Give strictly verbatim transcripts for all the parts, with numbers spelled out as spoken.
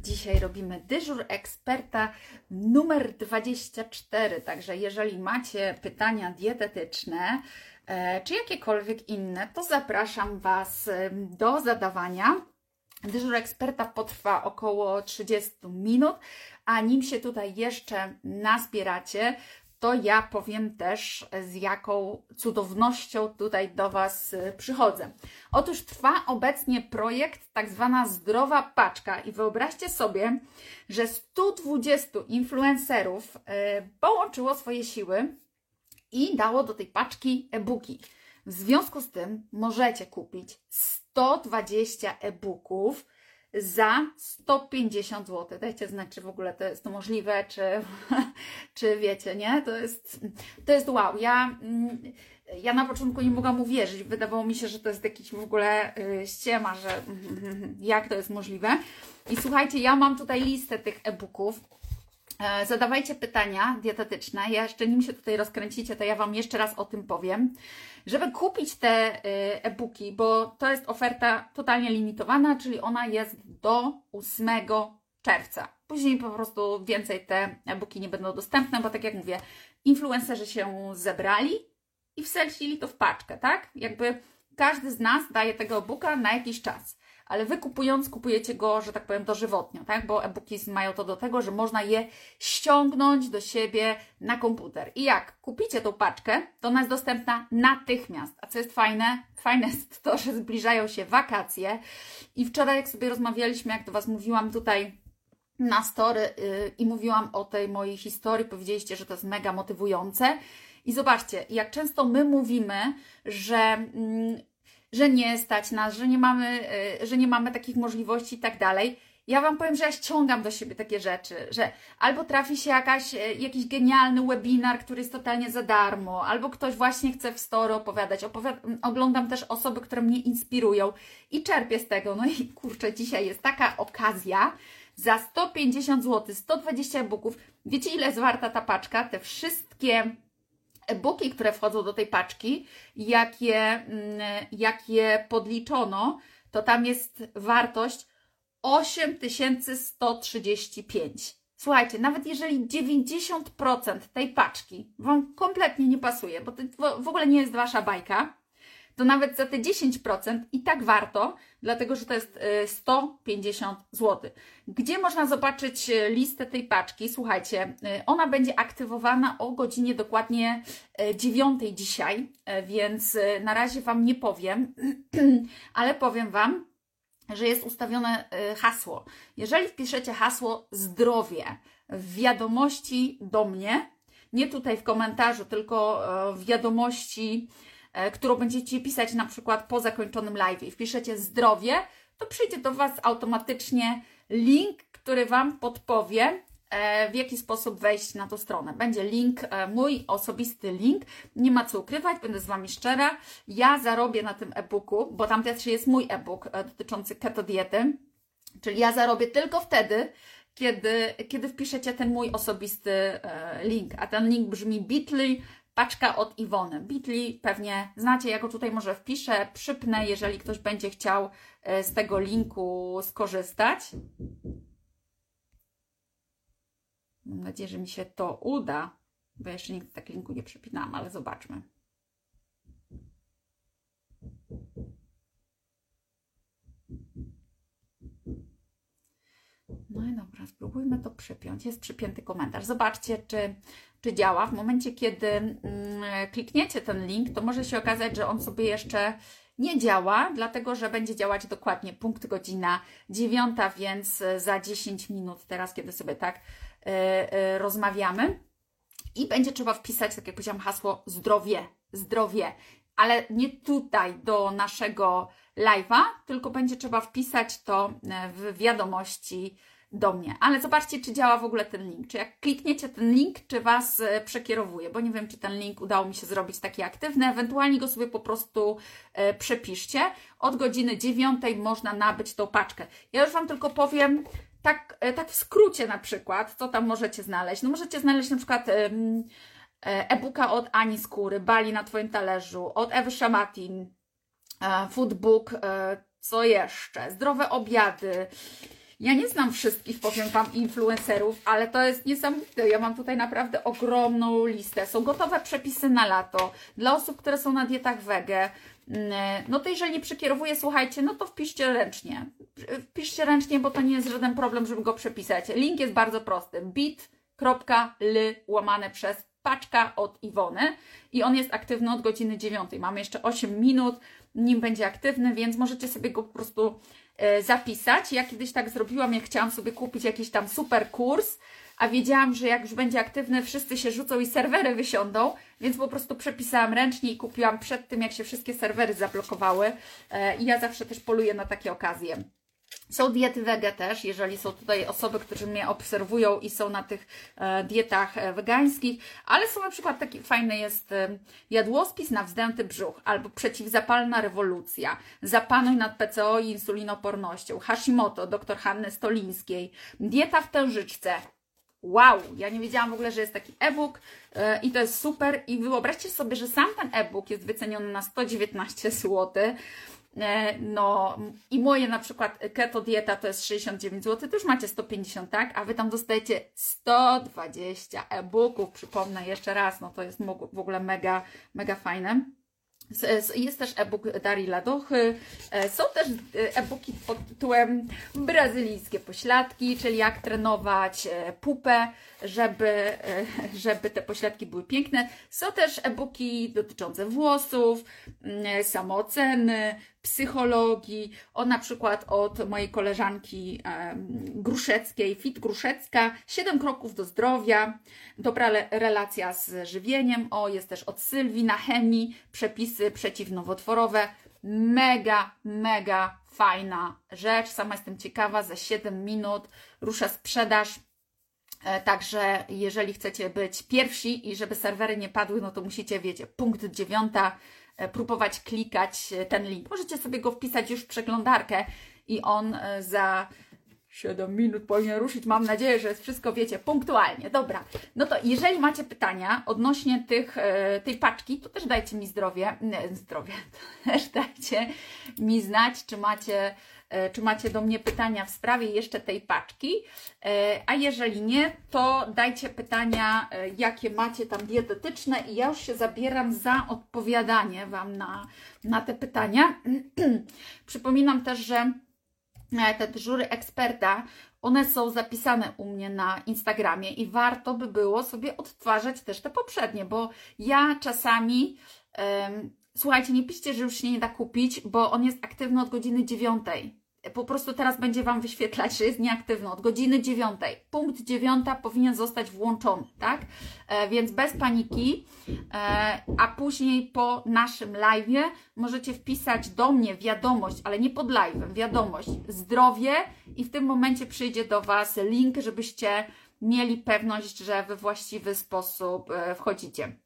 Dzisiaj robimy dyżur eksperta numer dwadzieścia cztery, także jeżeli macie pytania dietetyczne e, czy jakiekolwiek inne, to zapraszam Was do zadawania. Dyżur eksperta potrwa około trzydzieści minut, a nim się tutaj jeszcze nazbieracie, to ja powiem też, z jaką cudownością tutaj do Was przychodzę. Otóż trwa obecnie projekt tak zwana zdrowa paczka i wyobraźcie sobie, że stu dwudziestu influencerów połączyło swoje siły i dało do tej paczki e-booki. W związku z tym możecie kupić sto dwadzieścia e-booków za sto pięćdziesiąt złotych. Dajcie znać, czy w ogóle to jest to możliwe, czy, czy wiecie, nie? To jest, to jest wow. Ja, ja na początku nie mogłam uwierzyć. Wydawało mi się, że to jest jakiś w ogóle ściema, że jak to jest możliwe. I słuchajcie, ja mam tutaj listę tych e-booków. Zadawajcie pytania dietetyczne. Ja jeszcze nim się tutaj rozkręcicie, to ja Wam jeszcze raz o tym powiem. Żeby kupić te e-booki, bo to jest oferta totalnie limitowana, czyli ona jest do ósmego czerwca. Później po prostu więcej te e-booki nie będą dostępne, bo tak jak mówię, influencerzy się zebrali i wsadzili to w paczkę, tak? Jakby każdy z nas daje tego e-booka na jakiś czas. Ale Wy kupując, kupujecie go, że tak powiem, dożywotnio, tak? Bo e-booki mają to do tego, że można je ściągnąć do siebie na komputer. I jak kupicie tą paczkę, to ona jest dostępna natychmiast. A co jest fajne? Fajne jest to, że zbliżają się wakacje. I wczoraj, jak sobie rozmawialiśmy, jak do Was mówiłam tutaj na story yy, i mówiłam o tej mojej historii, powiedzieliście, że to jest mega motywujące. I zobaczcie, jak często my mówimy, że... Yy, że nie stać nas, że nie mamy, że nie mamy takich możliwości i tak dalej. Ja Wam powiem, że ja ściągam do siebie takie rzeczy, że albo trafi się jakaś, jakiś genialny webinar, który jest totalnie za darmo, albo ktoś właśnie chce w story opowiadać. Opowiad- oglądam też osoby, które mnie inspirują i czerpię z tego. No i kurczę, dzisiaj jest taka okazja za sto pięćdziesiąt złotych, sto dwadzieścia e-booków. Wiecie, ile jest warta ta paczka? Te wszystkie e-booki, które wchodzą do tej paczki, jakie, jakie podliczono, to tam jest wartość osiem tysięcy sto trzydzieści pięć. Słuchajcie, nawet jeżeli dziewięćdziesiąt procent tej paczki Wam kompletnie nie pasuje, bo to w ogóle nie jest Wasza bajka, to nawet za te dziesięć procent i tak warto, dlatego że to jest sto pięćdziesiąt złotych. Gdzie można zobaczyć listę tej paczki? Słuchajcie, ona będzie aktywowana o godzinie dokładnie dziewiątej dzisiaj, więc na razie Wam nie powiem, ale powiem Wam, że jest ustawione hasło. Jeżeli wpiszecie hasło zdrowie w wiadomości do mnie, nie tutaj w komentarzu, tylko w wiadomości, którą będziecie pisać na przykład po zakończonym live i wpiszecie zdrowie, to przyjdzie do Was automatycznie link, który Wam podpowie, w jaki sposób wejść na tą stronę. Będzie link, mój osobisty link, nie ma co ukrywać, będę z Wami szczera. Ja zarobię na tym e-booku, bo tam też jest mój e-book dotyczący keto diety, czyli ja zarobię tylko wtedy, kiedy, kiedy wpiszecie ten mój osobisty link, a ten link brzmi bit.ly paczka od Iwony. bit.ly pewnie znacie, ja go tutaj może wpiszę, przypnę, jeżeli ktoś będzie chciał z tego linku skorzystać. Mam nadzieję, że mi się to uda, bo jeszcze nigdy tak linku nie przypinałam, ale zobaczmy. No i dobra, spróbujmy to przypiąć. Jest przypięty komentarz. Zobaczcie, czy, czy działa. W momencie, kiedy mm, klikniecie ten link, to może się okazać, że on sobie jeszcze nie działa, dlatego że będzie działać dokładnie punkt godzina dziewiąta, więc za dziesięć minut teraz, kiedy sobie tak yy, yy, rozmawiamy. I będzie trzeba wpisać, tak jak powiedziałam, hasło zdrowie, zdrowie. Ale nie tutaj do naszego live'a, tylko będzie trzeba wpisać to w wiadomości do mnie. Ale zobaczcie, czy działa w ogóle ten link. Czy jak klikniecie ten link, czy Was przekierowuje, bo nie wiem, czy ten link udało mi się zrobić taki aktywny. Ewentualnie go sobie po prostu e, przepiszcie. Od godziny dziewiątej można nabyć tą paczkę. Ja już Wam tylko powiem, tak, e, tak w skrócie na przykład, co tam możecie znaleźć. No możecie znaleźć na przykład e, e-booka od Ani Skóry, Bali na Twoim talerzu, od Ewy Szamatin, e, Foodbook, e, co jeszcze? Zdrowe obiady. Ja nie znam wszystkich, powiem Wam, influencerów, ale to jest niesamowite. Ja mam tutaj naprawdę ogromną listę. Są gotowe przepisy na lato dla osób, które są na dietach wege. No to jeżeli przekierowuję, słuchajcie, no to wpiszcie ręcznie. Wpiszcie ręcznie, bo to nie jest żaden problem, żeby go przepisać. Link jest bardzo prosty. bit.ly łamane przez paczka od Iwony i on jest aktywny od godziny dziewiątej. Mamy jeszcze osiem minut, nim będzie aktywny, więc możecie sobie go po prostu e, zapisać. Ja kiedyś tak zrobiłam, jak chciałam sobie kupić jakiś tam super kurs, a wiedziałam, że jak już będzie aktywny, wszyscy się rzucą i serwery wysiądą, więc po prostu przepisałam ręcznie i kupiłam przed tym, jak się wszystkie serwery zablokowały. E, I ja zawsze też poluję na takie okazje. Są diety wege też, jeżeli są tutaj osoby, które mnie obserwują i są na tych e, dietach e, wegańskich, ale są na przykład taki fajny jest e, jadłospis na wzdęty brzuch albo przeciwzapalna rewolucja, zapanuj nad P C O i insulinopornością, Hashimoto, dr Hanny Stolińskiej, dieta w tężyczce. Wow, ja nie wiedziałam w ogóle, że jest taki e-book yy, i to jest super i wyobraźcie sobie, że sam ten e-book jest wyceniony na sto dziewiętnaście złotych. No i moje na przykład keto dieta to jest sześćdziesiąt dziewięć złotych, to już macie sto pięćdziesiąt, tak? A Wy tam dostajecie sto dwadzieścia e-booków, przypomnę jeszcze raz, no to jest w ogóle mega, mega fajne. Jest też e-book Darii Ladochy, są też e-booki pod tytułem brazylijskie pośladki, czyli jak trenować pupę, żeby, żeby te pośladki były piękne. Są też e-booki dotyczące włosów, samooceny, psychologii, o na przykład od mojej koleżanki um, Gruszeckiej, Fit Gruszecka, siedem kroków do zdrowia, dobra relacja z żywieniem, o jest też od Sylwii na chemii, przepisy przeciwnowotworowe, mega, mega fajna rzecz, sama jestem ciekawa, za siedem minut rusza sprzedaż. Także jeżeli chcecie być pierwsi i żeby serwery nie padły, no to musicie, wiecie, punkt dziewiąta, próbować klikać ten link. Możecie sobie go wpisać już w przeglądarkę i on za siedem minut powinien ruszyć. Mam nadzieję, że jest wszystko, wiecie, punktualnie. Dobra, no to jeżeli macie pytania odnośnie tych, tej paczki, to też dajcie mi zdrowie, nie, zdrowie, też dajcie mi znać, czy macie czy macie do mnie pytania w sprawie jeszcze tej paczki, a jeżeli nie, to dajcie pytania, jakie macie tam dietetyczne i ja już się zabieram za odpowiadanie Wam na, na te pytania. Przypominam też, że te dyżury eksperta, one są zapisane u mnie na Instagramie i warto by było sobie odtwarzać też te poprzednie, bo ja czasami... Um, Słuchajcie, nie piszcie, że już się nie da kupić, bo on jest aktywny od godziny dziewiątej. Po prostu teraz będzie Wam wyświetlać, że jest nieaktywny od godziny dziewiątej. Punkt dziewiąta powinien zostać włączony, tak? E, więc bez paniki, e, a później po naszym live'ie możecie wpisać do mnie wiadomość, ale nie pod live'em, wiadomość zdrowie i w tym momencie przyjdzie do Was link, żebyście mieli pewność, że we właściwy sposób e, wchodzicie.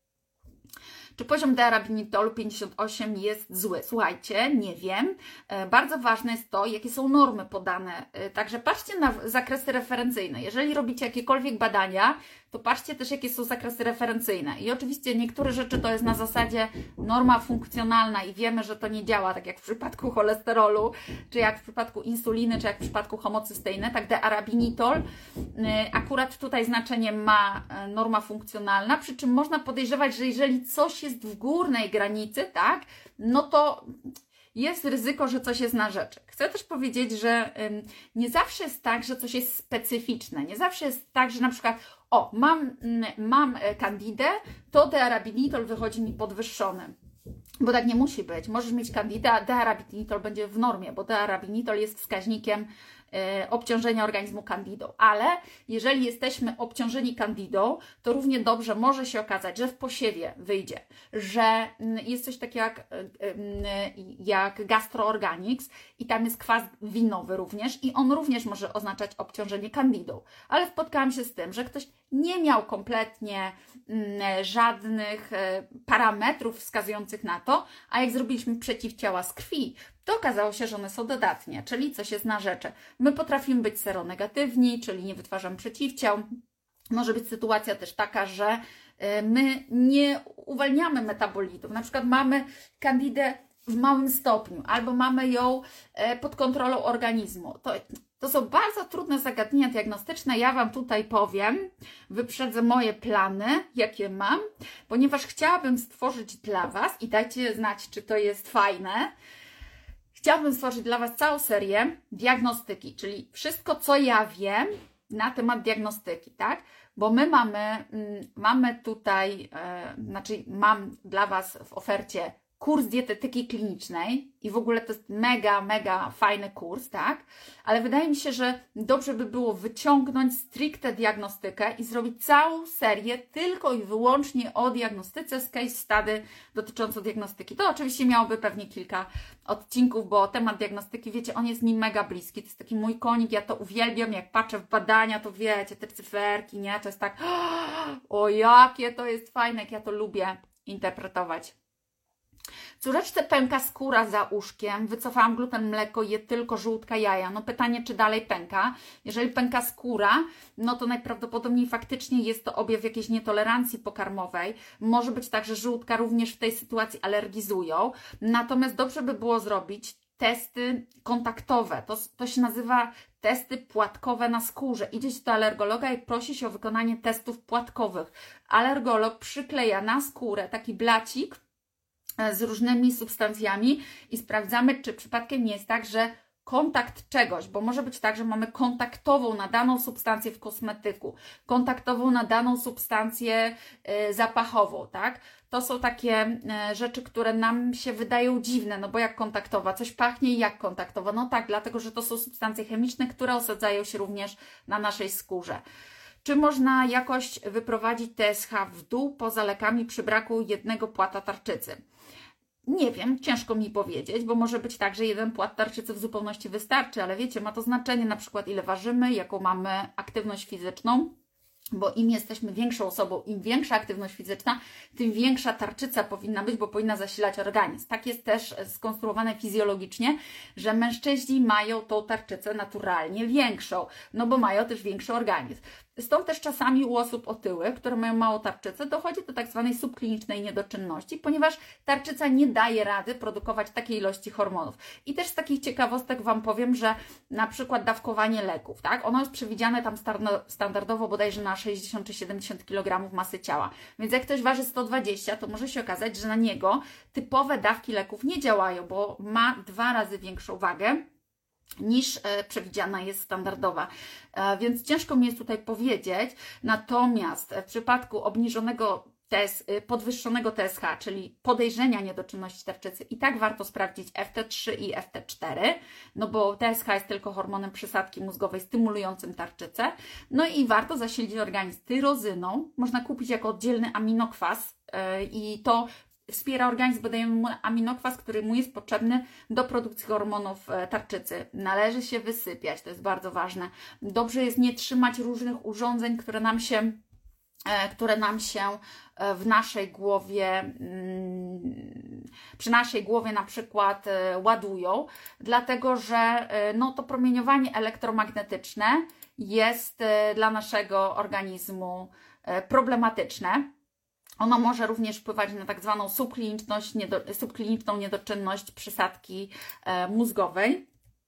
Czy poziom D-arabinitolu pięćdziesiąt osiem jest zły? Słuchajcie, nie wiem. Bardzo ważne jest to, jakie są normy podane. Także patrzcie na zakresy referencyjne. Jeżeli robicie jakiekolwiek badania, to patrzcie też, jakie są zakresy referencyjne. I oczywiście niektóre rzeczy to jest na zasadzie norma funkcjonalna i wiemy, że to nie działa, tak jak w przypadku cholesterolu, czy jak w przypadku insuliny, czy jak w przypadku homocysteiny. Tak, D-arabinitol akurat tutaj znaczenie ma norma funkcjonalna, przy czym można podejrzewać, że jeżeli coś jest w górnej granicy, tak, no to jest ryzyko, że coś jest na rzeczy. Chcę też powiedzieć, że ym, nie zawsze jest tak, że coś jest specyficzne. Nie zawsze jest tak, że na przykład o, mam, mam candidę, to D-arabinitol wychodzi mi podwyższony. Bo tak nie musi być. Możesz mieć candidę, a D-arabinitol będzie w normie, bo D-arabinitol jest wskaźnikiem y, obciążenia organizmu candidą. Ale jeżeli jesteśmy obciążeni candidą, to równie dobrze może się okazać, że w posiewie wyjdzie, że y, jest coś takiego jak, y, y, jak gastroorganics i tam jest kwas winowy również i on również może oznaczać obciążenie candidą. Ale spotkałam się z tym, że ktoś nie miał kompletnie y, żadnych y, parametrów wskazujących na to, a jak zrobiliśmy przeciwciała z krwi, to okazało się, że one są dodatnie, czyli coś jest na rzeczy. My potrafimy być seronegatywni, czyli nie wytwarzamy przeciwciał. Może być sytuacja też taka, że my nie uwalniamy metabolitów. Na przykład mamy candidę w małym stopniu, albo mamy ją pod kontrolą organizmu. To To są bardzo trudne zagadnienia diagnostyczne. Ja Wam tutaj powiem, wyprzedzę moje plany, jakie mam, ponieważ chciałabym stworzyć dla Was, i dajcie znać, czy to jest fajne, chciałabym stworzyć dla Was całą serię diagnostyki, czyli wszystko, co ja wiem na temat diagnostyki, tak? Bo my mamy, mamy tutaj, e, znaczy mam dla Was w ofercie kurs dietetyki klinicznej i w ogóle to jest mega, mega fajny kurs, tak? Ale wydaje mi się, że dobrze by było wyciągnąć stricte diagnostykę i zrobić całą serię tylko i wyłącznie o diagnostyce z case study dotyczącą diagnostyki. To oczywiście miałoby pewnie kilka odcinków, bo temat diagnostyki, wiecie, on jest mi mega bliski. To jest taki mój konik, ja to uwielbiam, jak patrzę w badania, to wiecie, te cyferki, nie? To jest tak, o jakie to jest fajne, jak ja to lubię interpretować. Córeczce pęka skóra za uszkiem, wycofałam gluten, mleko, je tylko żółtka, jaja. No pytanie, czy dalej pęka? Jeżeli pęka skóra, no to najprawdopodobniej faktycznie jest to objaw jakiejś nietolerancji pokarmowej. Może być tak, że żółtka również w tej sytuacji alergizują. Natomiast dobrze by było zrobić testy kontaktowe. To, to się nazywa testy płatkowe na skórze. Idzie się do alergologa i prosi się o wykonanie testów płatkowych. Alergolog przykleja na skórę taki blacik z różnymi substancjami i sprawdzamy, czy przypadkiem nie jest tak, że kontakt czegoś, bo może być tak, że mamy kontaktową na daną substancję w kosmetyku, kontaktową na daną substancję y, zapachową, tak? To są takie y, rzeczy, które nam się wydają dziwne, no bo jak kontaktowa, coś pachnie i jak kontaktowa? No tak, dlatego, że to są substancje chemiczne, które osadzają się również na naszej skórze. Czy można jakoś wyprowadzić T S H w dół poza lekami przy braku jednego płata tarczycy? Nie wiem, ciężko mi powiedzieć, bo może być tak, że jeden płat tarczycy w zupełności wystarczy, ale wiecie, ma to znaczenie na przykład ile ważymy, jaką mamy aktywność fizyczną, bo im jesteśmy większą osobą, im większa aktywność fizyczna, tym większa tarczyca powinna być, bo powinna zasilać organizm. Tak jest też skonstruowane fizjologicznie, że mężczyźni mają tą tarczycę naturalnie większą, no bo mają też większy organizm. Stąd też czasami u osób otyłych, które mają małą tarczycę, dochodzi do tak zwanej subklinicznej niedoczynności, ponieważ tarczyca nie daje rady produkować takiej ilości hormonów. I też z takich ciekawostek Wam powiem, że na przykład dawkowanie leków, tak? Ono jest przewidziane tam standardowo bodajże na sześćdziesiąt czy siedemdziesiąt kilogramów masy ciała. Więc jak ktoś waży sto dwadzieścia, to może się okazać, że na niego typowe dawki leków nie działają, bo ma dwa razy większą wagę niż przewidziana jest standardowa. Więc ciężko mi jest tutaj powiedzieć, natomiast w przypadku obniżonego T S, podwyższonego T S H, czyli podejrzenia niedoczynności tarczycy, i tak warto sprawdzić F T trzy i F T cztery, no bo T S H jest tylko hormonem przysadki mózgowej stymulującym tarczycę, no i warto zasilić organizm tyrozyną, można kupić jako oddzielny aminokwas yy, i to wspiera organizm, bo dajemy mu aminokwas, który mu jest potrzebny do produkcji hormonów tarczycy. Należy się wysypiać, to jest bardzo ważne. Dobrze jest nie trzymać różnych urządzeń, które nam się, które nam się w naszej głowie, przy naszej głowie na przykład ładują, dlatego że no, to promieniowanie elektromagnetyczne jest dla naszego organizmu problematyczne. Ono może również wpływać na tak zwaną subkliniczność, niedo, subkliniczną niedoczynność przysadki e, mózgowej.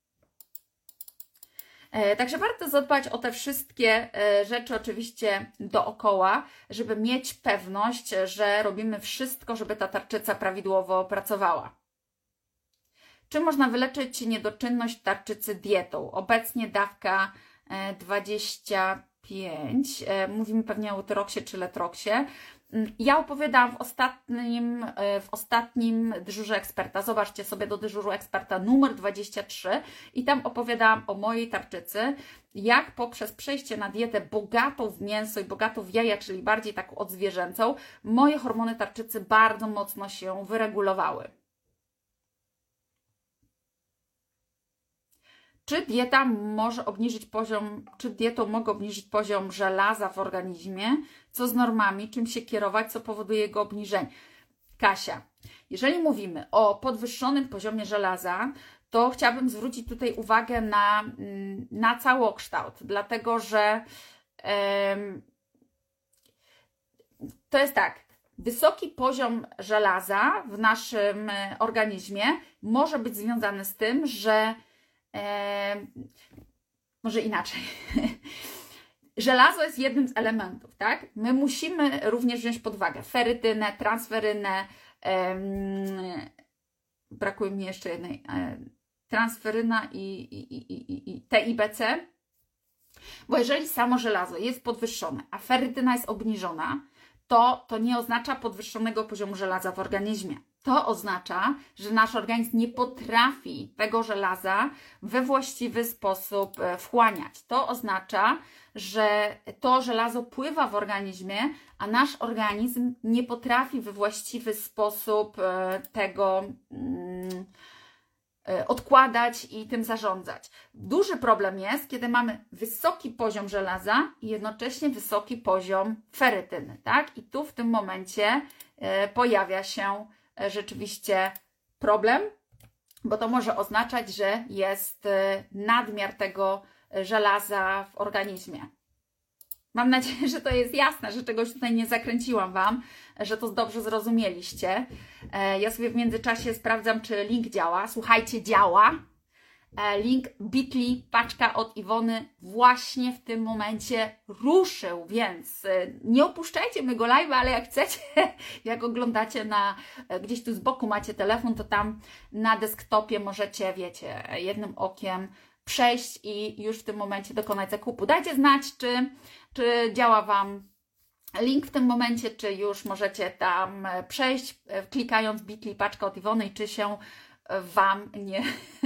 E, także warto zadbać o te wszystkie e, rzeczy oczywiście dookoła, żeby mieć pewność, że robimy wszystko, żeby ta tarczyca prawidłowo pracowała. Czy można wyleczyć niedoczynność tarczycy dietą? Obecnie dawka e, dwadzieścia pięć, e, mówimy pewnie o Euteroksie czy Letroksie. Ja opowiadałam w ostatnim, w ostatnim dyżurze eksperta. Zobaczcie sobie do dyżuru eksperta numer dwadzieścia trzy i tam opowiadałam o mojej tarczycy, jak poprzez przejście na dietę bogatą w mięso i bogatą w jaja, czyli bardziej taką odzwierzęcą, moje hormony tarczycy bardzo mocno się wyregulowały. Czy dieta może obniżyć poziom, czy dietą mogę obniżyć poziom żelaza w organizmie? Co z normami? Czym się kierować? Co powoduje jego obniżenie? Kasia, jeżeli mówimy o podwyższonym poziomie żelaza, to chciałabym zwrócić tutaj uwagę na, na całokształt, dlatego że um, to jest tak, wysoki poziom żelaza w naszym organizmie może być związany z tym, że może inaczej. Żelazo jest jednym z elementów, tak? My musimy również wziąć pod uwagę ferytynę, transferynę, em, brakuje mi jeszcze jednej, e, transferyna i, i, i, i, i T I B C, bo jeżeli samo żelazo jest podwyższone, a ferytyna jest obniżona, to to nie oznacza podwyższonego poziomu żelaza w organizmie. To oznacza, że nasz organizm nie potrafi tego żelaza we właściwy sposób wchłaniać. To oznacza, że to żelazo pływa w organizmie, a nasz organizm nie potrafi we właściwy sposób tego odkładać i tym zarządzać. Duży problem jest, kiedy mamy wysoki poziom żelaza i jednocześnie wysoki poziom ferytyny, tak? I tu w tym momencie pojawia się rzeczywiście problem, bo to może oznaczać, że jest nadmiar tego żelaza w organizmie. Mam nadzieję, że to jest jasne, że czegoś tutaj nie zakręciłam Wam, że to dobrze zrozumieliście. Ja sobie w międzyczasie sprawdzam, czy link działa. Słuchajcie, działa. Link bit.ly, paczka od Iwony właśnie w tym momencie ruszył, więc nie opuszczajcie mego live'a, ale jak chcecie, jak oglądacie na, gdzieś tu z boku macie telefon, to tam na desktopie możecie, wiecie, jednym okiem przejść i już w tym momencie dokonać zakupu. Dajcie znać, czy, czy działa Wam link w tym momencie, czy już możecie tam przejść, klikając bit.ly, paczka od Iwony, i czy się Wam nie,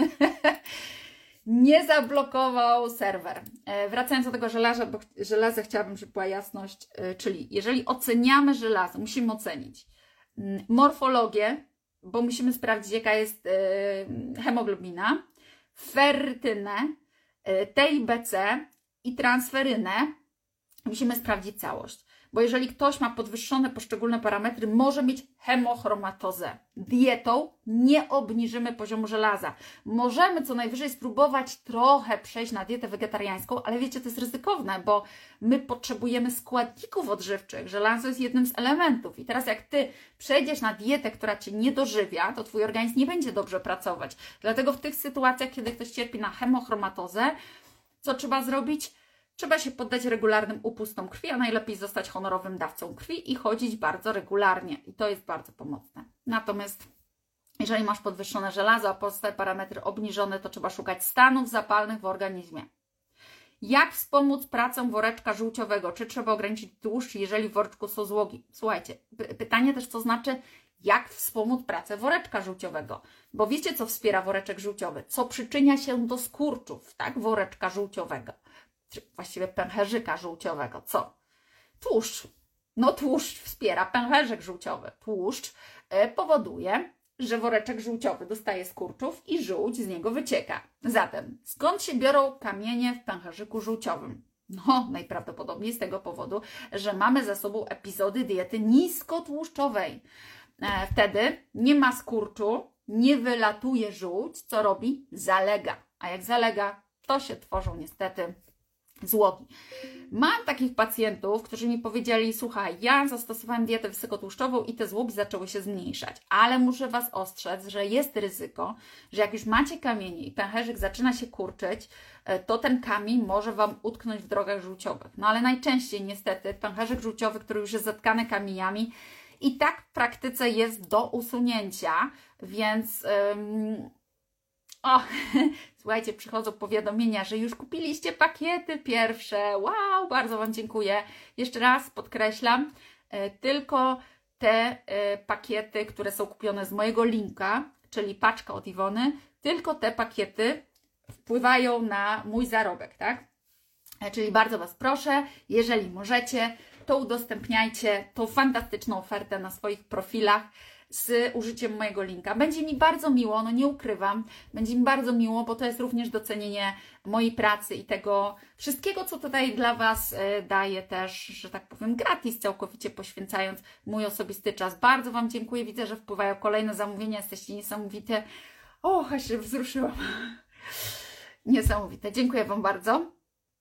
nie zablokował serwer. Wracając do tego żelaza, bo żelaza chciałabym, żeby była jasność, czyli jeżeli oceniamy żelazo, musimy ocenić morfologię, bo musimy sprawdzić, jaka jest hemoglobina, ferytynę, T I B C i transferynę. Musimy sprawdzić całość, bo jeżeli ktoś ma podwyższone poszczególne parametry, może mieć hemochromatozę. Dietą nie obniżymy poziomu żelaza. Możemy co najwyżej spróbować trochę przejść na dietę wegetariańską, ale wiecie, to jest ryzykowne, bo my potrzebujemy składników odżywczych. Żelazo jest jednym z elementów. I teraz jak Ty przejdziesz na dietę, która Cię nie dożywia, to Twój organizm nie będzie dobrze pracować. Dlatego w tych sytuacjach, kiedy ktoś cierpi na hemochromatozę, co trzeba zrobić? Trzeba się poddać regularnym upustom krwi, a najlepiej zostać honorowym dawcą krwi i chodzić bardzo regularnie. I to jest bardzo pomocne. Natomiast jeżeli masz podwyższone żelazo, a pozostałe parametry obniżone, to trzeba szukać stanów zapalnych w organizmie. Jak wspomóc pracę woreczka żółciowego? Czy trzeba ograniczyć tłuszcz, jeżeli w woreczku są złogi? Słuchajcie, pytanie też, co znaczy, jak wspomóc pracę woreczka żółciowego? Bo wiecie, co wspiera woreczek żółciowy? Co przyczynia się do skurczów, tak, woreczka żółciowego? Właściwie pęcherzyka żółciowego. Co? Tłuszcz. No tłuszcz wspiera pęcherzek żółciowy. Tłuszcz y, powoduje, że woreczek żółciowy dostaje skurczów i żółć z niego wycieka. Zatem, skąd się biorą kamienie w pęcherzyku żółciowym? No, najprawdopodobniej z tego powodu, że mamy za sobą epizody diety niskotłuszczowej. E, wtedy nie ma skurczu, nie wylatuje żółć, co robi? Zalega. A jak zalega, to się tworzą niestety złogi. Mam takich pacjentów, którzy mi powiedzieli: słuchaj, ja zastosowałem dietę wysokotłuszczową i te złogi zaczęły się zmniejszać, ale muszę Was ostrzec, że jest ryzyko, że jak już macie kamienie i pęcherzyk zaczyna się kurczyć, to ten kamień może Wam utknąć w drogach żółciowych. No ale najczęściej niestety pęcherzyk żółciowy, który już jest zatkany kamieniami, i tak w praktyce jest do usunięcia, więc ym, o, słuchajcie, przychodzą powiadomienia, że już kupiliście pakiety pierwsze. Wow, bardzo Wam dziękuję. Jeszcze raz podkreślam, tylko te pakiety, które są kupione z mojego linka, czyli paczka od Iwony, tylko te pakiety wpływają na mój zarobek, tak? Czyli bardzo Was proszę, jeżeli możecie, to udostępniajcie tą fantastyczną ofertę na swoich profilach z użyciem mojego linka. Będzie mi bardzo miło, no nie ukrywam, będzie mi bardzo miło, bo to jest również docenienie mojej pracy i tego wszystkiego, co tutaj dla Was daję też, że tak powiem, gratis, całkowicie poświęcając mój osobisty czas. Bardzo Wam dziękuję, widzę, że wpływają kolejne zamówienia, jesteście niesamowite. O, aż się wzruszyłam. Niesamowite, dziękuję Wam bardzo.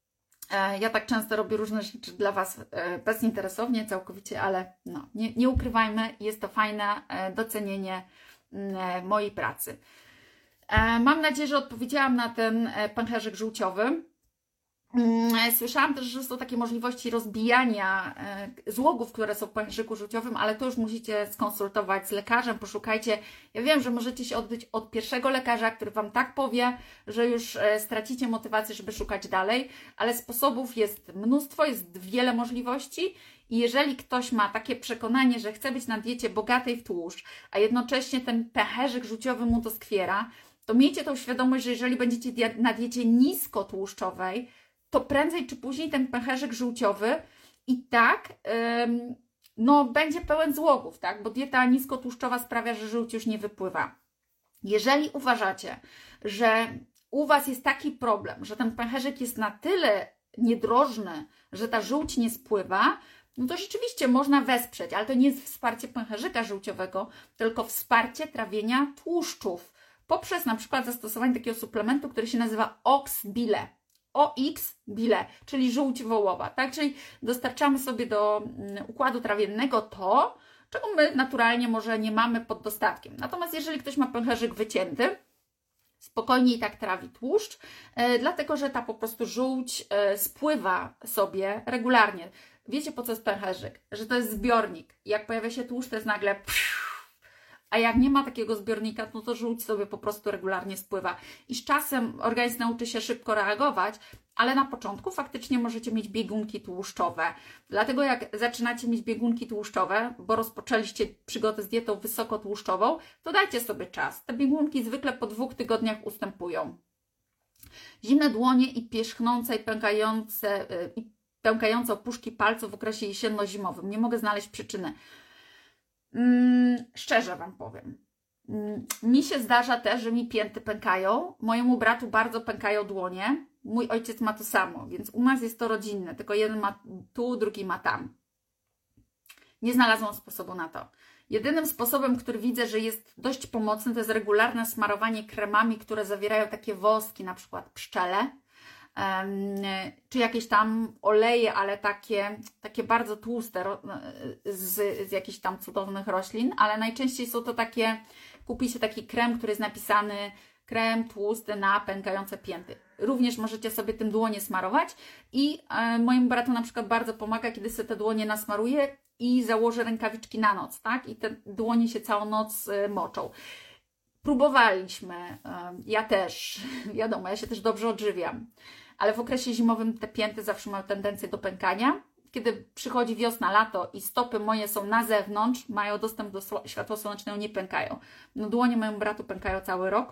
Ja tak często robię różne rzeczy dla Was bezinteresownie, całkowicie, ale no, nie, nie ukrywajmy, jest to fajne docenienie mojej pracy. Mam nadzieję, że odpowiedziałam na ten pęcherzyk żółciowy. Słyszałam też, że są takie możliwości rozbijania złogów, które są w pęcherzyku żółciowym, ale to już musicie skonsultować z lekarzem, poszukajcie. Ja wiem, że możecie się odbyć od pierwszego lekarza, który Wam tak powie, że już stracicie motywację, żeby szukać dalej, ale sposobów jest mnóstwo, jest wiele możliwości i jeżeli ktoś ma takie przekonanie, że chce być na diecie bogatej w tłuszcz, a jednocześnie ten pęcherzyk żółciowy mu to skwiera, to miejcie tą świadomość, że jeżeli będziecie na diecie niskotłuszczowej, to prędzej czy później ten pęcherzyk żółciowy i tak ym, no, będzie pełen złogów, tak? Bo dieta niskotłuszczowa sprawia, że żółć już nie wypływa. Jeżeli uważacie, że u Was jest taki problem, że ten pęcherzyk jest na tyle niedrożny, że ta żółć nie spływa, no to rzeczywiście można wesprzeć, ale to nie jest wsparcie pęcherzyka żółciowego, tylko wsparcie trawienia tłuszczów poprzez na przykład zastosowanie takiego suplementu, który się nazywa Ox-Bile. O X bile, czyli żółć wołowa, tak? Czyli dostarczamy sobie do układu trawiennego to, czego my naturalnie może nie mamy pod dostatkiem. Natomiast jeżeli ktoś ma pęcherzyk wycięty, spokojnie i tak trawi tłuszcz, e, dlatego że ta po prostu żółć e, spływa sobie regularnie. Wiecie, po co jest pęcherzyk? Że to jest zbiornik. Jak pojawia się tłuszcz, to jest nagle... A jak nie ma takiego zbiornika, no to żółć sobie po prostu regularnie spływa. I z czasem organizm nauczy się szybko reagować, ale na początku faktycznie możecie mieć biegunki tłuszczowe. Dlatego jak zaczynacie mieć biegunki tłuszczowe, bo rozpoczęliście przygodę z dietą wysokotłuszczową, to dajcie sobie czas. Te biegunki zwykle po dwóch tygodniach ustępują. Zimne dłonie i pierzchnące i pękające, i pękające opuszki palców w okresie jesienno-zimowym. Nie mogę znaleźć przyczyny. Hmm, szczerze Wam powiem. Hmm, mi się zdarza też, że mi pięty pękają. Mojemu bratu bardzo pękają dłonie. Mój ojciec ma to samo, więc u nas jest to rodzinne. Tylko jeden ma tu, drugi ma tam. Nie znalazłam sposobu na to. Jedynym sposobem, który widzę, że jest dość pomocny, to jest regularne smarowanie kremami, które zawierają takie woski, na przykład pszczele. Czy jakieś tam oleje, ale takie, takie bardzo tłuste z, z jakichś tam cudownych roślin, ale najczęściej są to takie, kupi się taki krem, który jest napisany krem tłusty na pękające pięty. Również możecie sobie tym dłonie smarować i e, mojemu bratu na przykład bardzo pomaga, kiedy sobie te dłonie nasmaruje i założy rękawiczki na noc, tak? I te dłonie się całą noc e, moczą. Próbowaliśmy, e, ja też, wiadomo, ja się też dobrze odżywiam. Ale w okresie zimowym te pięty zawsze mają tendencję do pękania. Kiedy przychodzi wiosna, lato i stopy moje są na zewnątrz, mają dostęp do światła słonecznego, nie pękają. No dłonie mojemu bratu pękają cały rok.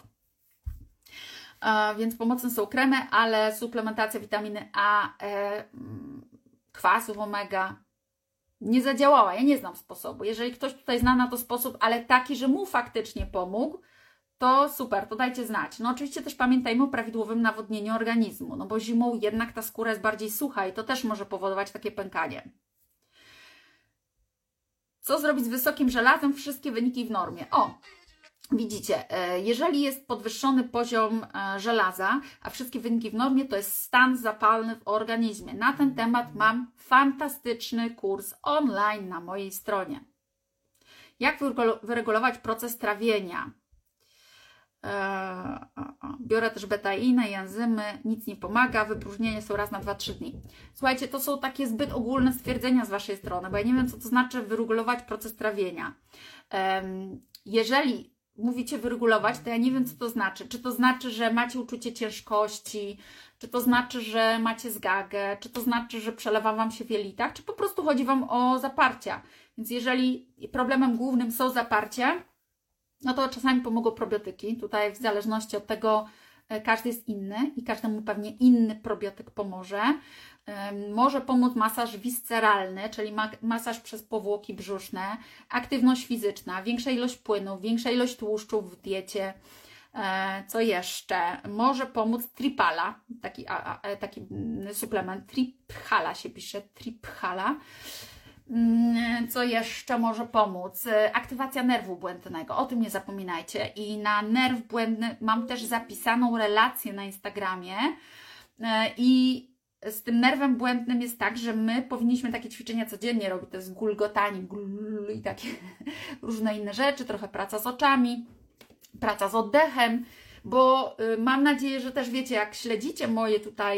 E, więc pomocne są kremy, ale suplementacja witaminy A, E, kwasów omega nie zadziałała. Ja nie znam sposobu. Jeżeli ktoś tutaj zna na to sposób, ale taki, że mu faktycznie pomógł, to super, to dajcie znać. No oczywiście też pamiętajmy o prawidłowym nawodnieniu organizmu, no bo zimą jednak ta skóra jest bardziej sucha i to też może powodować takie pękanie. Co zrobić z wysokim żelazem? Wszystkie wyniki w normie. O, widzicie, jeżeli jest podwyższony poziom żelaza, a wszystkie wyniki w normie, to jest stan zapalny w organizmie. Na ten temat mam fantastyczny kurs online na mojej stronie. Jak wyregulować proces trawienia? Biorę też betainę i enzymy, nic nie pomaga, wypróżnienie są raz na dwa trzy dni. Słuchajcie, to są takie zbyt ogólne stwierdzenia z Waszej strony, bo ja nie wiem, co to znaczy wyregulować proces trawienia. Jeżeli mówicie wyregulować, to ja nie wiem, co to znaczy. Czy to znaczy, że macie uczucie ciężkości, czy to znaczy, że macie zgagę, czy to znaczy, że przelewa Wam się w jelitach, czy po prostu chodzi Wam o zaparcia. Więc jeżeli problemem głównym są zaparcia, no to czasami pomogą probiotyki. Tutaj w zależności od tego każdy jest inny i każdemu pewnie inny probiotyk pomoże. Może pomóc masaż visceralny, czyli masaż przez powłoki brzuszne, aktywność fizyczna, większa ilość płynów, większa ilość tłuszczów w diecie. Co jeszcze? Może pomóc Triphala, taki, a, a, taki suplement, Triphala się pisze, Triphala. Co jeszcze może pomóc? Aktywacja nerwu błędnego, o tym nie zapominajcie. I na nerw błędny mam też zapisaną relację na Instagramie i z tym nerwem błędnym jest tak, że my powinniśmy takie ćwiczenia codziennie robić, to jest gulgotanie gul, i takie różne inne rzeczy, trochę praca z oczami, praca z oddechem, bo mam nadzieję, że też wiecie, jak śledzicie moje tutaj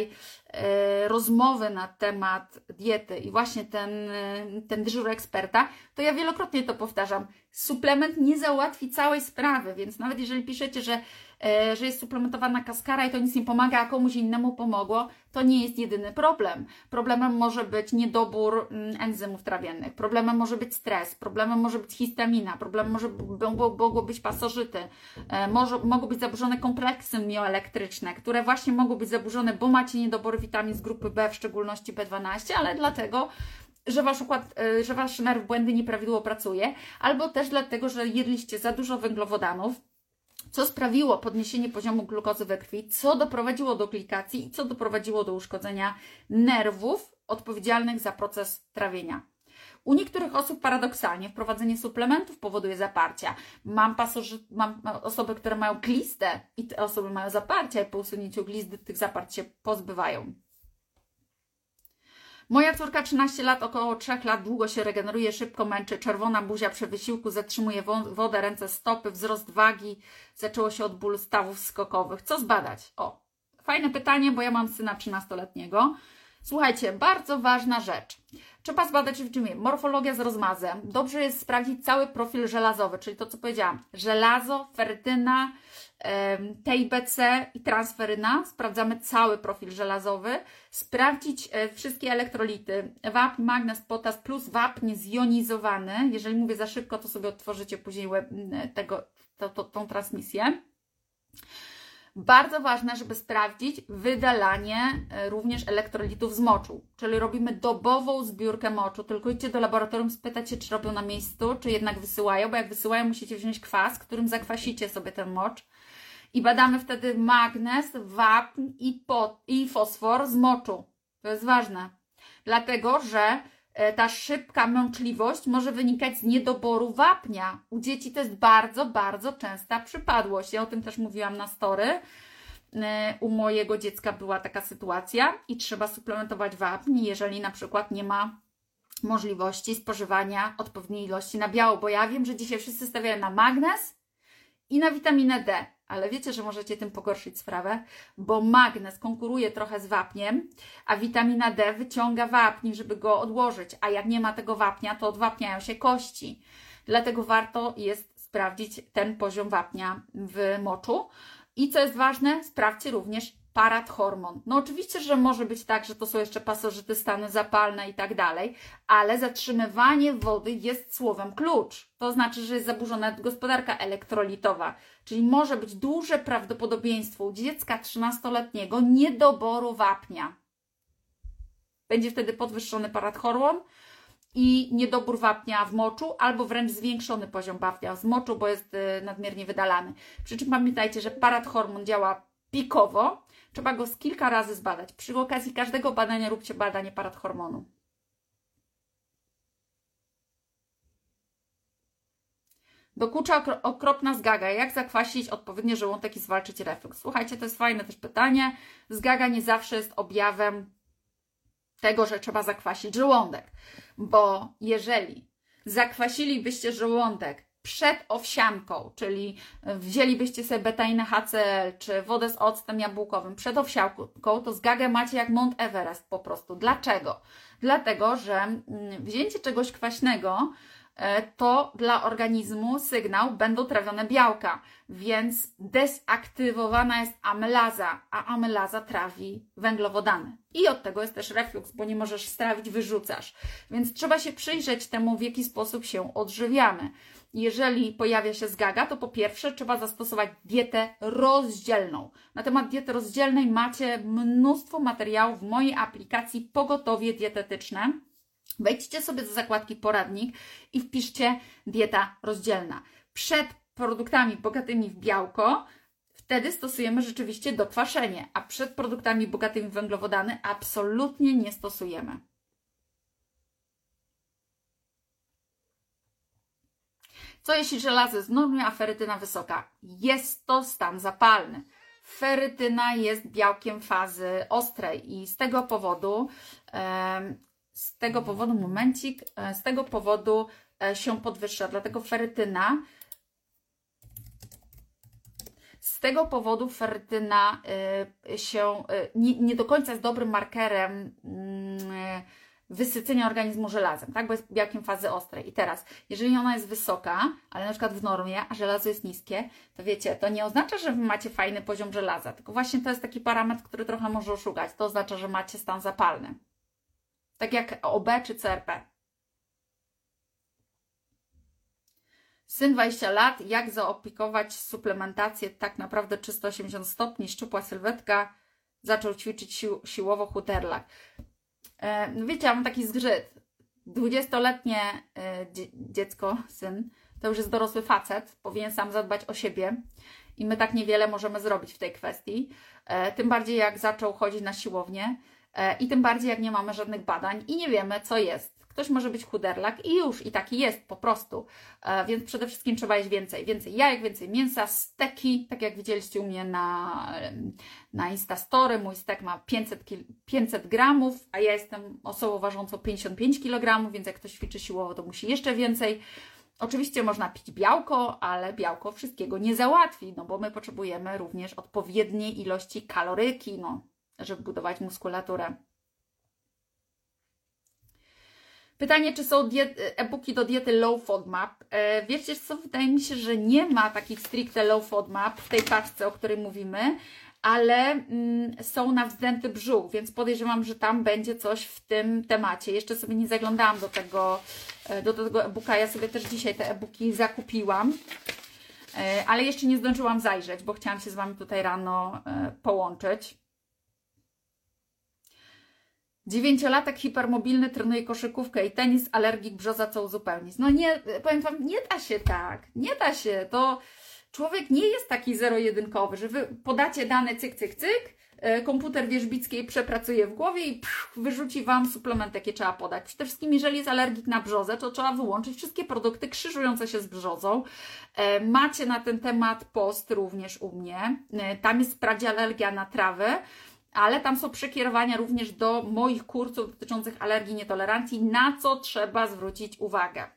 rozmowy na temat diety i właśnie ten, ten dyżur eksperta, to ja wielokrotnie to powtarzam. Suplement nie załatwi całej sprawy, więc nawet jeżeli piszecie, że, że jest suplementowana kaskara i to nic nie pomaga, a komuś innemu pomogło, to nie jest jedyny problem. Problemem może być niedobór enzymów trawiennych, problemem może być stres, problemem może być histamina, problemem może mogło być pasożyty, może, mogą być zaburzone kompleksy mioelektryczne, które właśnie mogą być zaburzone, bo macie niedobory witamin z grupy B, w szczególności B dwanaście, ale dlatego, że wasz układ, że wasz nerw błędny nieprawidłowo pracuje, albo też dlatego, że jedliście za dużo węglowodanów, co sprawiło podniesienie poziomu glukozy we krwi, co doprowadziło do glikacji i co doprowadziło do uszkodzenia nerwów odpowiedzialnych za proces trawienia. U niektórych osób paradoksalnie wprowadzenie suplementów powoduje zaparcia. Mam, pasoży, mam osoby, które mają glistę i te osoby mają zaparcia i po usunięciu glisty tych zaparć się pozbywają. Moja córka trzynaście lat, około trzech lat, długo się regeneruje, szybko męczy, czerwona buzia przy wysiłku, zatrzymuje wodę, ręce, stopy, wzrost wagi, zaczęło się od bólu stawów skokowych. Co zbadać? O, fajne pytanie, bo ja mam syna trzynastoletniego. Słuchajcie, bardzo ważna rzecz. Trzeba zbadać w czym jest morfologia z rozmazem. Dobrze jest sprawdzić cały profil żelazowy, czyli to, co powiedziałam. Żelazo, ferytyna, T I B C i transferyna. Sprawdzamy cały profil żelazowy. Sprawdzić wszystkie elektrolity. Wapń, magnez, potas plus wapń zjonizowany. Jeżeli mówię za szybko, to sobie odtworzycie później tego, to, to, tą transmisję. Bardzo ważne, żeby sprawdzić wydalanie również elektrolitów z moczu, czyli robimy dobową zbiórkę moczu, tylko idźcie do laboratorium, spytacie, czy robią na miejscu, czy jednak wysyłają, bo jak wysyłają, musicie wziąć kwas, którym zakwasicie sobie ten mocz i badamy wtedy magnez, wapń i, pot, i fosfor z moczu. To jest ważne, dlatego że ta szybka męczliwość może wynikać z niedoboru wapnia. U dzieci to jest bardzo, bardzo częsta przypadłość. Ja o tym też mówiłam na story. U mojego dziecka była taka sytuacja i trzeba suplementować wapń, jeżeli na przykład nie ma możliwości spożywania odpowiedniej ilości nabiału. Bo ja wiem, że dzisiaj wszyscy stawiają na magnez i na witaminę D. Ale wiecie, że możecie tym pogorszyć sprawę, bo magnez konkuruje trochę z wapniem, a witamina D wyciąga wapń, żeby go odłożyć, a jak nie ma tego wapnia, to odwapniają się kości. Dlatego warto jest sprawdzić ten poziom wapnia w moczu. I co jest ważne, sprawdźcie również parathormon. No oczywiście, że może być tak, że to są jeszcze pasożyty, stany zapalne i tak dalej, ale zatrzymywanie wody jest słowem klucz. To znaczy, że jest zaburzona gospodarka elektrolitowa, czyli może być duże prawdopodobieństwo u dziecka trzynastoletniego niedoboru wapnia. Będzie wtedy podwyższony parathormon i niedobór wapnia w moczu, albo wręcz zwiększony poziom wapnia z moczu, bo jest nadmiernie wydalany. Przy czym pamiętajcie, że parathormon działa pikowo, trzeba go z kilka razy zbadać. Przy okazji każdego badania róbcie badanie parathormonu. Dokucza okropna zgaga. Jak zakwasić odpowiednio żołądek i zwalczyć refluks? Słuchajcie, to jest fajne też pytanie. Zgaga nie zawsze jest objawem tego, że trzeba zakwasić żołądek. Bo jeżeli zakwasilibyście żołądek przed owsianką, czyli wzięlibyście sobie betainę H C L czy wodę z octem jabłkowym przed owsianką, to zgagę macie jak Mount Everest po prostu. Dlaczego? Dlatego, że wzięcie czegoś kwaśnego to dla organizmu sygnał, będą trawione białka, więc dezaktywowana jest amylaza, a amylaza trawi węglowodany. I od tego jest też refluks, bo nie możesz strawić, wyrzucasz. Więc trzeba się przyjrzeć temu, w jaki sposób się odżywiamy. Jeżeli pojawia się zgaga, to po pierwsze trzeba zastosować dietę rozdzielną. Na temat diety rozdzielnej macie mnóstwo materiałów w mojej aplikacji Pogotowie Dietetyczne. Wejdźcie sobie do zakładki poradnik i wpiszcie dieta rozdzielna. Przed produktami bogatymi w białko wtedy stosujemy rzeczywiście dokwaszenie, a przed produktami bogatymi w węglowodany absolutnie nie stosujemy. Co jeśli żelazo jest w normie, a ferytyna wysoka? Jest to stan zapalny. Ferytyna jest białkiem fazy ostrej i z tego powodu, z tego powodu, momencik, z tego powodu się podwyższa. Dlatego ferytyna z tego powodu ferytyna y, się y, nie, nie do końca jest dobrym markerem y, wysycenia organizmu żelazem, tak? Bo jest białkiem fazy ostrej. I teraz, jeżeli ona jest wysoka, ale na przykład w normie, a żelazo jest niskie, to wiecie, to nie oznacza, że wy macie fajny poziom żelaza, tylko właśnie to jest taki parametr, który trochę może oszukać. To oznacza, że macie stan zapalny. Tak jak O B czy C R P. Syn dwadzieścia lat, jak zaopiekować suplementację tak naprawdę trzysta osiemdziesiąt stopni, szczupła sylwetka, zaczął ćwiczyć sił, siłowo chuterlak. E, wiecie, ja mam taki zgrzyt. dwudziestoletnie e, dzie dziecko, syn, to już jest dorosły facet, powinien sam zadbać o siebie i my tak niewiele możemy zrobić w tej kwestii. E, tym bardziej jak zaczął chodzić na siłownię e, i tym bardziej jak nie mamy żadnych badań i nie wiemy, co jest. Ktoś może być chuderlak i już, i taki jest po prostu. E, więc przede wszystkim trzeba jeść więcej. Więcej jajek, więcej mięsa, steki, tak jak widzieliście u mnie na, na Instastory. Mój stek ma pięćset gramów, a ja jestem osobą ważącą pięćdziesiąt pięć kilogramów, więc jak ktoś ćwiczy siłowo, to musi jeszcze więcej. Oczywiście można pić białko, ale białko wszystkiego nie załatwi, no bo my potrzebujemy również odpowiedniej ilości kaloryki, no, żeby budować muskulaturę. Pytanie, czy są e-booki do diety Low FODMAP? E, wiecie co, wydaje mi się, że nie ma takich stricte Low FODMAP w tej paczce, o której mówimy, ale mm, są na wzdęty brzuch, więc podejrzewam, że tam będzie coś w tym temacie. Jeszcze sobie nie zaglądałam do tego do tego e-booka, ja sobie też dzisiaj te e-booki zakupiłam, e, ale jeszcze nie zdążyłam zajrzeć, bo chciałam się z Wami tutaj rano e, połączyć. Dziewięciolatek hipermobilny trenuje koszykówkę i tenis, alergik brzoza co uzupełnić. No nie, powiem Wam, nie da się tak, nie da się, to człowiek nie jest taki zero-jedynkowy, że Wy podacie dane cyk, cyk, cyk, komputer wierzbicki przepracuje w głowie i pff, wyrzuci Wam suplement, jakie trzeba podać. Przede wszystkim, jeżeli jest alergik na brzozę, to trzeba wyłączyć wszystkie produkty krzyżujące się z brzozą. E, macie na ten temat post również u mnie, e, tam jest wprawdzie alergia na trawę, ale tam są przekierowania również do moich kursów dotyczących alergii i nietolerancji, na co trzeba zwrócić uwagę.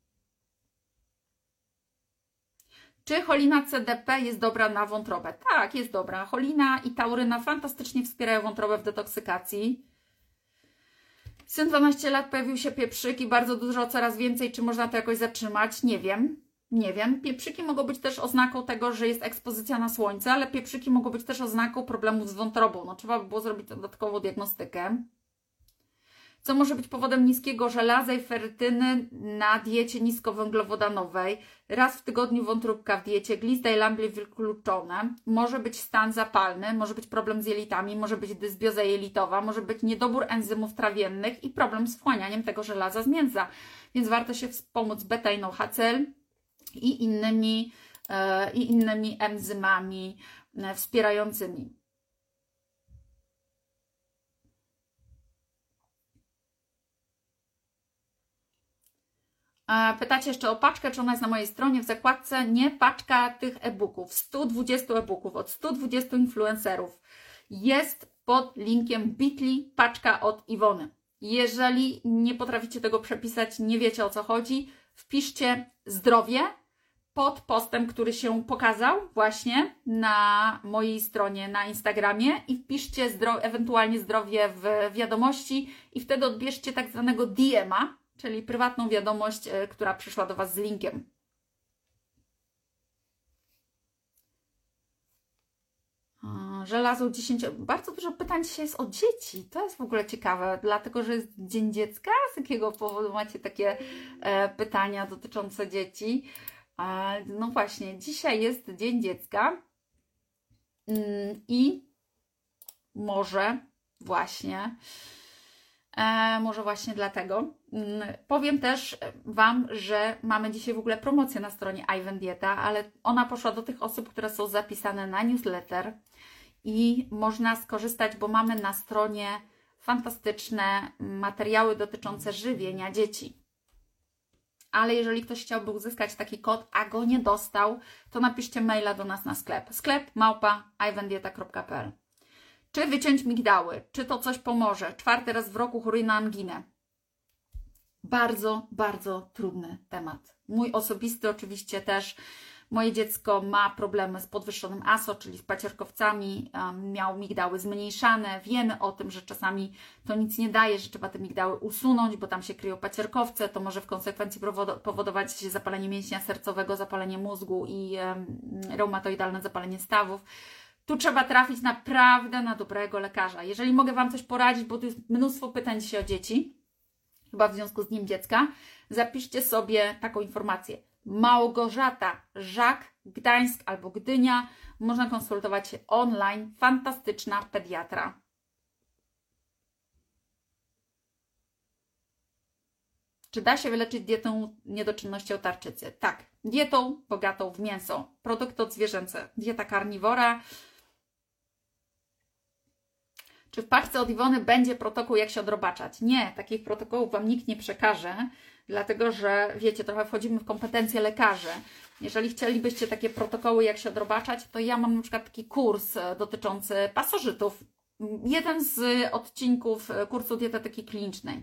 Czy cholina C D P jest dobra na wątrobę? Tak, jest dobra. Cholina i tauryna fantastycznie wspierają wątrobę w detoksykacji. Syn dwanaście lat, pojawił się pieprzyk i bardzo dużo, coraz więcej. Czy można to jakoś zatrzymać? Nie wiem. Nie wiem. Pieprzyki mogą być też oznaką tego, że jest ekspozycja na słońce, ale pieprzyki mogą być też oznaką problemów z wątrobą. No, trzeba by było zrobić dodatkową diagnostykę. Co może być powodem niskiego żelaza i ferytyny na diecie niskowęglowodanowej? Raz w tygodniu wątróbka w diecie, glista i lamblie wykluczone. Może być stan zapalny, może być problem z jelitami, może być dysbioza jelitowa, może być niedobór enzymów trawiennych i problem z wchłanianiem tego żelaza z mięsa. Więc warto się wspomóc beta-iną H C L i innymi, e, i innymi enzymami e, wspierającymi. Pytacie jeszcze o paczkę, czy ona jest na mojej stronie w zakładce? Nie, paczka tych e-booków, sto dwadzieścia e-booków od stu dwudziestu influencerów jest pod linkiem bit.ly, paczka od Iwony. Jeżeli nie potraficie tego przepisać, nie wiecie o co chodzi, wpiszcie zdrowie pod postem, który się pokazał właśnie na mojej stronie na Instagramie i wpiszcie zdro ewentualnie zdrowie w wiadomości i wtedy odbierzcie tak zwanego D M a, czyli prywatną wiadomość, która przyszła do Was z linkiem. Żelazo dziesięć. Bardzo dużo pytań dzisiaj jest o dzieci. To jest w ogóle ciekawe, dlatego że jest Dzień Dziecka. Z jakiego powodu macie takie e, pytania dotyczące dzieci? E, no właśnie, dzisiaj jest Dzień Dziecka mm, i może właśnie E, może właśnie dlatego. Mm, powiem też Wam, że mamy dzisiaj w ogóle promocję na stronie Ivan Dieta, ale ona poszła do tych osób, które są zapisane na newsletter i można skorzystać, bo mamy na stronie fantastyczne materiały dotyczące żywienia dzieci. Ale jeżeli ktoś chciałby uzyskać taki kod, a go nie dostał, to napiszcie maila do nas na sklep. Sklep małpa ivandieta kropka p l. Czy wyciąć migdały? Czy to coś pomoże? Czwarty raz w roku choruję na anginę. Bardzo, bardzo trudny temat. Mój osobisty oczywiście też, Moje dziecko ma problemy z podwyższonym A S O, czyli z pacierkowcami, miał migdały zmniejszane. Wiemy o tym, że czasami to nic nie daje, że trzeba te migdały usunąć, bo tam się kryją pacierkowce. To może w konsekwencji powodować zapalenie mięśnia sercowego, zapalenie mózgu i reumatoidalne zapalenie stawów. Tu trzeba trafić naprawdę na dobrego lekarza. Jeżeli mogę Wam coś poradzić, bo tu jest mnóstwo pytań dzisiaj o dzieci, chyba w związku z Dniem Dziecka, zapiszcie sobie taką informację. Małgorzata Żak, Gdańsk albo Gdynia. Można konsultować się online. Fantastyczna pediatra. Czy da się wyleczyć dietą niedoczynnością tarczycy? Tak. Dietą bogatą w mięso. Produkty odzwierzęce. Dieta karniwora. Czy w paczce od Iwony będzie protokół, jak się odrobaczać? Nie, takich protokołów Wam nikt nie przekaże, dlatego że, wiecie, trochę wchodzimy w kompetencje lekarzy. Jeżeli chcielibyście takie protokoły, jak się odrobaczać, to ja mam na przykład taki kurs dotyczący pasożytów. Jeden z odcinków kursu dietetyki klinicznej.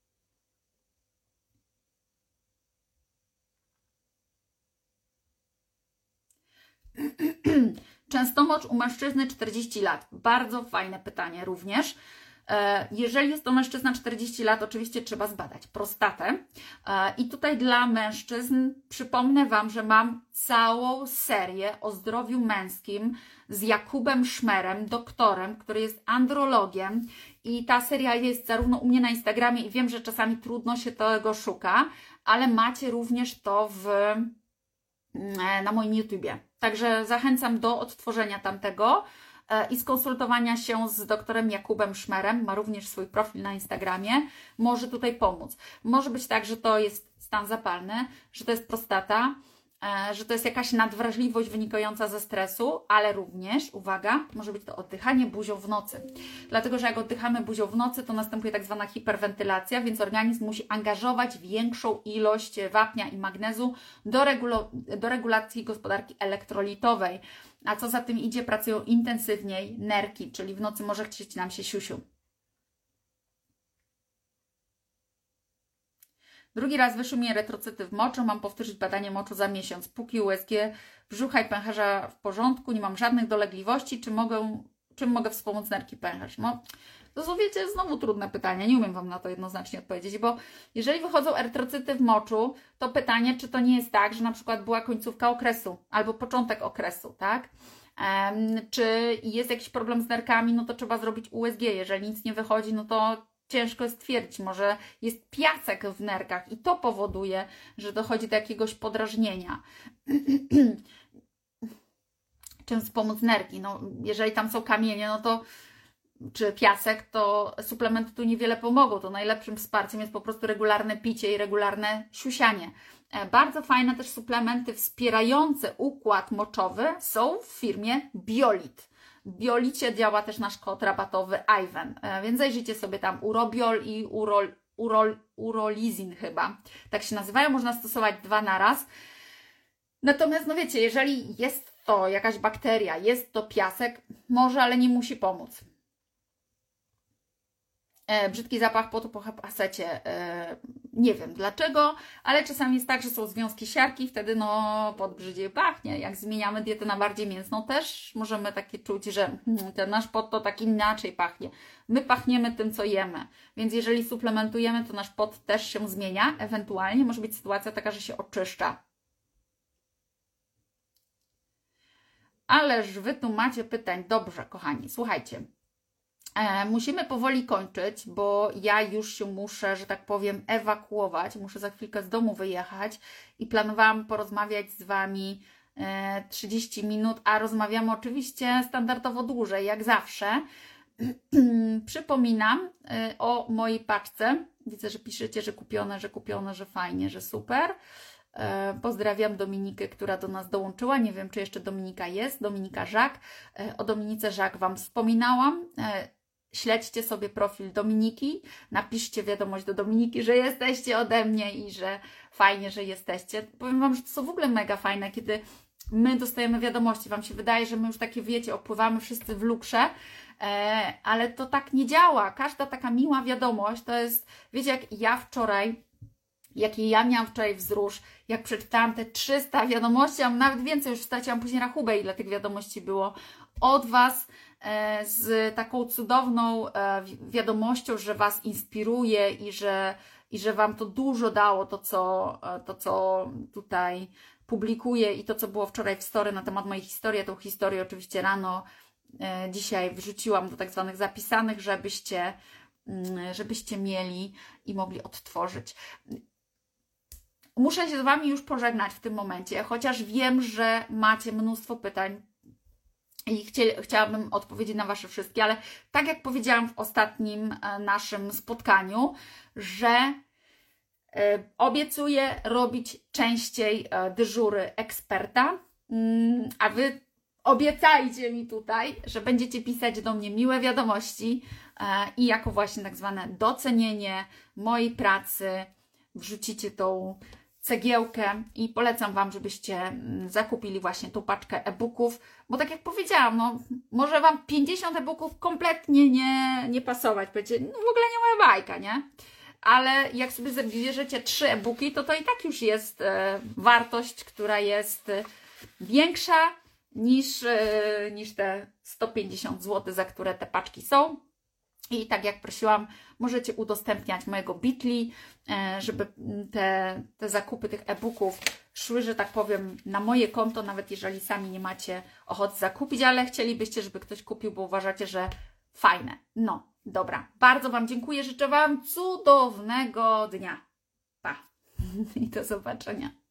Częstowność u mężczyzny czterdzieści lat. Bardzo fajne pytanie również. Jeżeli jest to mężczyzna czterdzieści lat, oczywiście trzeba zbadać prostatę. I tutaj dla mężczyzn przypomnę Wam, że mam całą serię o zdrowiu męskim z Jakubem Szmerem, doktorem, który jest andrologiem. I ta seria jest zarówno u mnie na Instagramie i wiem, że czasami trudno się tego szuka, ale macie również to w, na moim YouTubie. Także zachęcam do odtworzenia tamtego i skonsultowania się z doktorem Jakubem Szmerem. Ma również swój profil na Instagramie. Może tutaj pomóc. Może być tak, że to jest stan zapalny, że to jest prostata, że to jest jakaś nadwrażliwość wynikająca ze stresu, ale również, uwaga, może być to oddychanie buzią w nocy. Dlatego, że jak oddychamy buzią w nocy, to następuje tak zwana hiperwentylacja, więc organizm musi angażować większą ilość wapnia i magnezu do, regulu- do regulacji gospodarki elektrolitowej. A co za tym idzie, pracują intensywniej nerki, czyli w nocy może chcieć nam się siusiu. Drugi raz wyszły mi erytrocyty w moczu, mam powtórzyć badanie moczu za miesiąc. Póki U S G brzucha i pęcherza w porządku, nie mam żadnych dolegliwości, czy mogę, czym mogę wspomóc nerki pęcherz? No, to są, wiecie, znowu trudne pytania, nie umiem Wam na to jednoznacznie odpowiedzieć, bo jeżeli wychodzą erytrocyty w moczu, to pytanie, czy to nie jest tak, że na przykład była końcówka okresu albo początek okresu, tak? Um, czy jest jakiś problem z nerkami, no to trzeba zrobić U S G, jeżeli nic nie wychodzi, no to ciężko jest stwierdzić, może jest piasek w nerkach i to powoduje, że dochodzi do jakiegoś podrażnienia. Czym wspomóc nerki? No, jeżeli tam są kamienie, no to czy piasek, to suplementy tu niewiele pomogą. To najlepszym wsparciem jest po prostu regularne picie i regularne siusianie. Bardzo fajne też suplementy wspierające układ moczowy są w firmie Biolit. W Biolicie działa też nasz kod rabatowy Ivan, więc zajrzyjcie sobie tam Urobiol i Urol, Urol, Urolizin chyba. Tak się nazywają, można stosować dwa na raz. Natomiast, no wiecie, jeżeli jest to jakaś bakteria, jest to piasek, może, ale nie musi pomóc. E, brzydki zapach potu po asecie. E, nie wiem dlaczego, ale czasami jest tak, że są związki siarki, wtedy no pot brzydziej pachnie. Jak zmieniamy dietę na bardziej mięsną, też możemy takie czuć, że hmm, ten nasz pot to tak inaczej pachnie. My pachniemy tym, co jemy, więc jeżeli suplementujemy, to nasz pot też się zmienia. Ewentualnie może być sytuacja taka, że się oczyszcza. Ależ Wy tu macie pytań. Dobrze, kochani, słuchajcie. E, musimy powoli kończyć, bo ja już się muszę, że tak powiem, ewakuować. Muszę za chwilkę z domu wyjechać i planowałam porozmawiać z Wami e, trzydzieści minut, a rozmawiamy oczywiście standardowo dłużej, jak zawsze. Przypominam e, o mojej paczce. Widzę, że piszecie, że kupione, że kupione, że fajnie, że super. E, pozdrawiam Dominikę, która do nas dołączyła. Nie wiem, czy jeszcze Dominika jest. Dominika Żak. E, o Dominice Żak Wam wspominałam. E, Śledźcie sobie profil Dominiki, napiszcie wiadomość do Dominiki, że jesteście ode mnie i że fajnie, że jesteście. Powiem Wam, że to są w ogóle mega fajne, kiedy my dostajemy wiadomości. Wam się wydaje, że my już takie, wiecie, opływamy wszyscy w lukrze, e, ale to tak nie działa. Każda taka miła wiadomość to jest, wiecie, jak ja wczoraj jaki ja miałam wczoraj wzrusz, jak przeczytałam te trzysta wiadomości, a nawet więcej, już straciłam później rachubę, ile tych wiadomości było od Was, z taką cudowną wiadomością, że Was inspiruje i że, i że Wam to dużo dało, to co, to co tutaj publikuję i to co było wczoraj w story na temat mojej historii. Tą historię oczywiście rano dzisiaj wrzuciłam do tak zwanych zapisanych, żebyście, żebyście mieli i mogli odtworzyć. Muszę się z Wami już pożegnać w tym momencie, chociaż wiem, że macie mnóstwo pytań i chcie, chciałabym odpowiedzieć na Wasze wszystkie, ale tak jak powiedziałam w ostatnim naszym spotkaniu, że obiecuję robić częściej dyżury eksperta, a Wy obiecajcie mi tutaj, że będziecie pisać do mnie miłe wiadomości i jako właśnie tak zwane docenienie mojej pracy wrzucicie tą cegiełkę i polecam Wam, żebyście zakupili właśnie tą paczkę e-booków, bo tak jak powiedziałam, no może Wam pięćdziesiąt e-booków kompletnie nie, nie pasować, powiecie, no w ogóle nie moja bajka, nie? Ale jak sobie zabierzecie trzy e-booki, to to i tak już jest e, wartość, która jest e, większa niż, e, niż te sto pięćdziesiąt złotych, za które te paczki są. I tak jak prosiłam, możecie udostępniać mojego Bitly, żeby te, te zakupy tych e-booków szły, że tak powiem, na moje konto, nawet jeżeli sami nie macie ochoty zakupić, ale chcielibyście, żeby ktoś kupił, bo uważacie, że fajne. No, dobra. Bardzo Wam dziękuję. Życzę Wam cudownego dnia. Pa. I do zobaczenia.